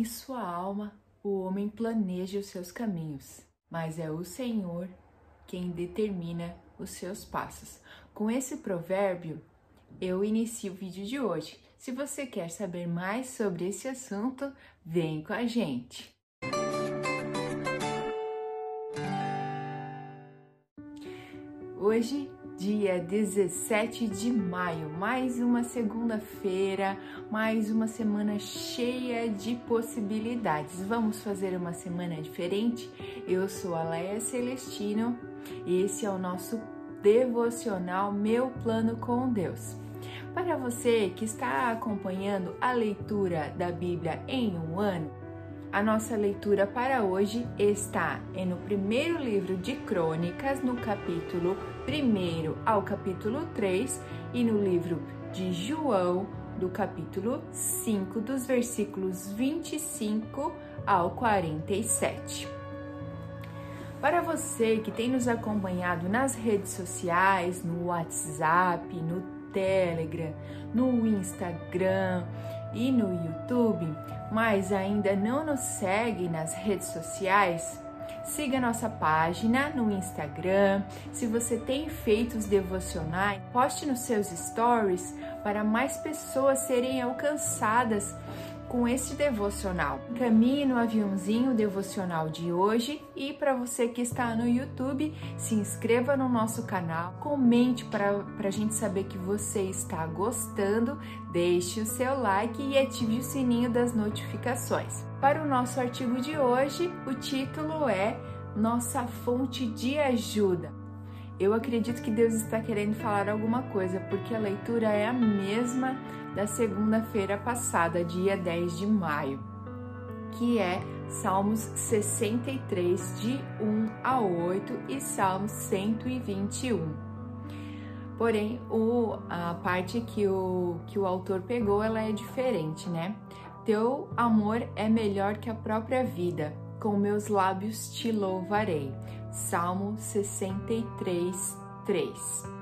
sua alma o homem planeja os seus caminhos, mas é o Senhor quem determina os seus passos. Com esse provérbio, eu inicio o vídeo de hoje. Se você quer saber mais sobre esse assunto, vem com a gente! Hoje, dia 17 de maio, mais uma segunda-feira, mais uma semana cheia de possibilidades. Vamos fazer uma semana diferente? Eu sou a Leia Celestino e esse é o nosso devocional Meu Plano com Deus. Para você que está acompanhando a leitura da Bíblia em um ano, a nossa leitura para hoje está no primeiro livro de Crônicas, no capítulo 1 ao capítulo 3, e no livro de João, do capítulo 5, dos versículos 25 ao 47. Para você que tem nos acompanhado nas redes sociais, no WhatsApp, no Telegram, no Instagram e no YouTube, mas ainda não nos segue nas redes sociais, siga nossa página no Instagram. Se você tem feito os devocionais, poste nos seus stories para mais pessoas serem alcançadas com este devocional. Caminhe no aviãozinho devocional de hoje, e para você que está no YouTube, se inscreva no nosso canal, comente para a gente saber que você está gostando, deixe o seu like e ative o sininho das notificações. Para o nosso artigo de hoje, o título é Nossa Fonte de Ajuda. Eu acredito que Deus está querendo falar alguma coisa, porque a leitura é a mesma da segunda-feira passada, dia 10 de maio, que é Salmos 63, de 1 a 8 e Salmos 121. Porém, a parte que o autor pegou, ela é diferente, né? Teu amor é melhor que a própria vida, com meus lábios te louvarei. Salmo 63, 3.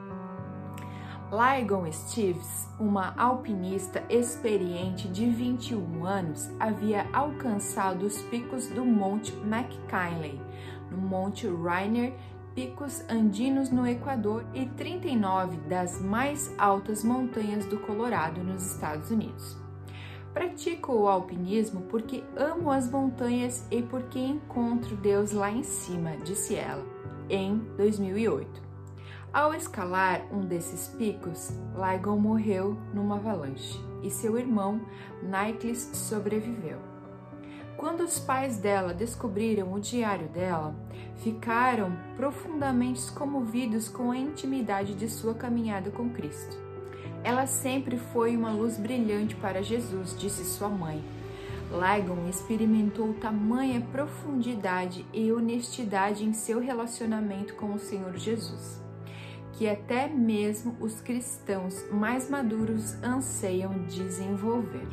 Ligon Steeves, uma alpinista experiente de 21 anos, havia alcançado os picos do Monte McKinley, no Monte Rainier, picos andinos no Equador, e 39 das mais altas montanhas do Colorado, nos Estados Unidos. Pratico o alpinismo porque amo as montanhas e porque encontro Deus lá em cima, disse ela, em 2008. Ao escalar um desses picos, Ligon morreu numa avalanche e seu irmão, Nicholas, sobreviveu. Quando os pais dela descobriram o diário dela, ficaram profundamente comovidos com a intimidade de sua caminhada com Cristo. Ela sempre foi uma luz brilhante para Jesus, disse sua mãe. Ligon experimentou tamanha profundidade e honestidade em seu relacionamento com o Senhor Jesus, que até mesmo os cristãos mais maduros anseiam desenvolver.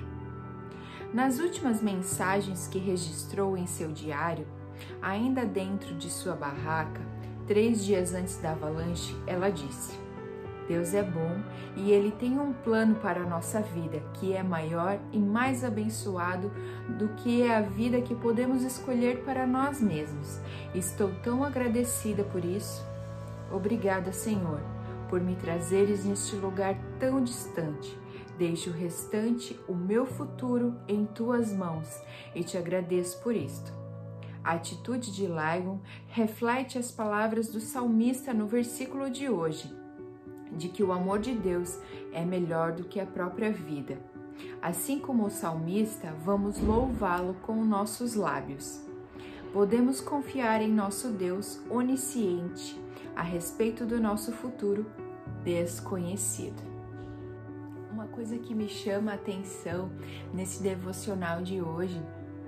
Nas últimas mensagens que registrou em seu diário, ainda dentro de sua barraca, 3 dias antes da avalanche, ela disse: Deus é bom e Ele tem um plano para a nossa vida que é maior e mais abençoado do que a vida que podemos escolher para nós mesmos. Estou tão agradecida por isso. Obrigada, Senhor, por me trazeres neste lugar tão distante. Deixo o restante, o meu futuro, em tuas mãos e te agradeço por isto. A atitude de Ligon reflete as palavras do salmista no versículo de hoje, de que o amor de Deus é melhor do que a própria vida. Assim como o salmista, vamos louvá-lo com nossos lábios. Podemos confiar em nosso Deus onisciente a respeito do nosso futuro desconhecido. Uma coisa que me chama a atenção nesse devocional de hoje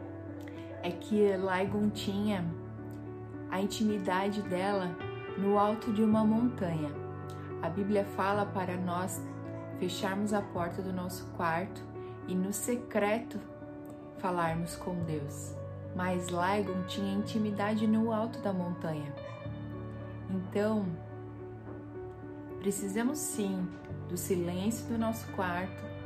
é que Ligon tinha a intimidade dela no alto de uma montanha. A Bíblia fala para nós fecharmos a porta do nosso quarto e no secreto falarmos com Deus. Mas Ligon tinha intimidade no alto da montanha. Então, precisamos sim do silêncio do nosso quarto,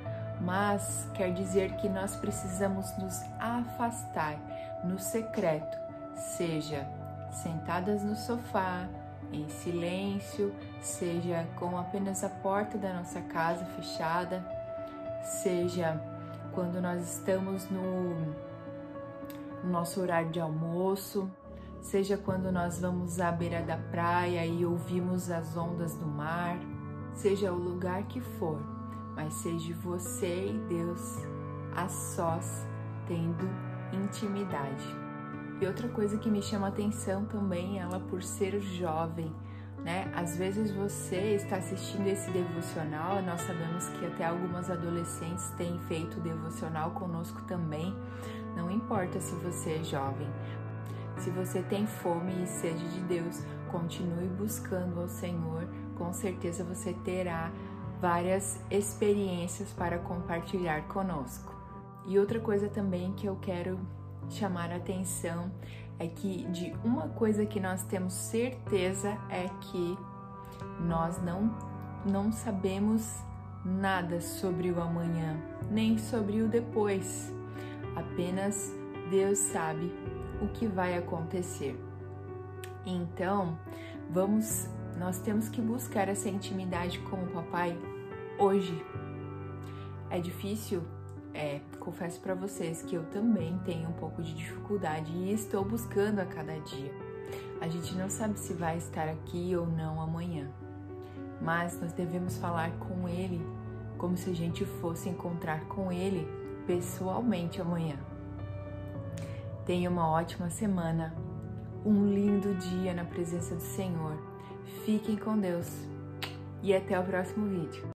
mas quer dizer que nós precisamos nos afastar no secreto, seja sentadas no sofá, em silêncio, seja com apenas a porta da nossa casa fechada, seja quando nós estamos no nosso horário de almoço, seja quando nós vamos à beira da praia e ouvimos as ondas do mar, seja o lugar que for, mas seja você e Deus a sós, tendo intimidade. E outra coisa que me chama a atenção também, ela por ser jovem, né? Às vezes você está assistindo esse devocional, nós sabemos que até algumas adolescentes têm feito devocional conosco também. Não importa se você é jovem, se você tem fome e sede de Deus, continue buscando ao Senhor, com certeza você terá várias experiências para compartilhar conosco. E outra coisa também que eu quero chamar a atenção é que de uma coisa que nós temos certeza é que nós não sabemos nada sobre o amanhã, nem sobre o depois. Apenas Deus sabe o que vai acontecer. Então, nós temos que buscar essa intimidade com o Papai hoje. É difícil? Confesso para vocês que eu também tenho um pouco de dificuldade e estou buscando a cada dia. A gente não sabe se vai estar aqui ou não amanhã, mas nós devemos falar com Ele como se a gente fosse encontrar com Ele pessoalmente amanhã. Tenha uma ótima semana, um lindo dia na presença do Senhor. Fiquem com Deus e até o próximo vídeo.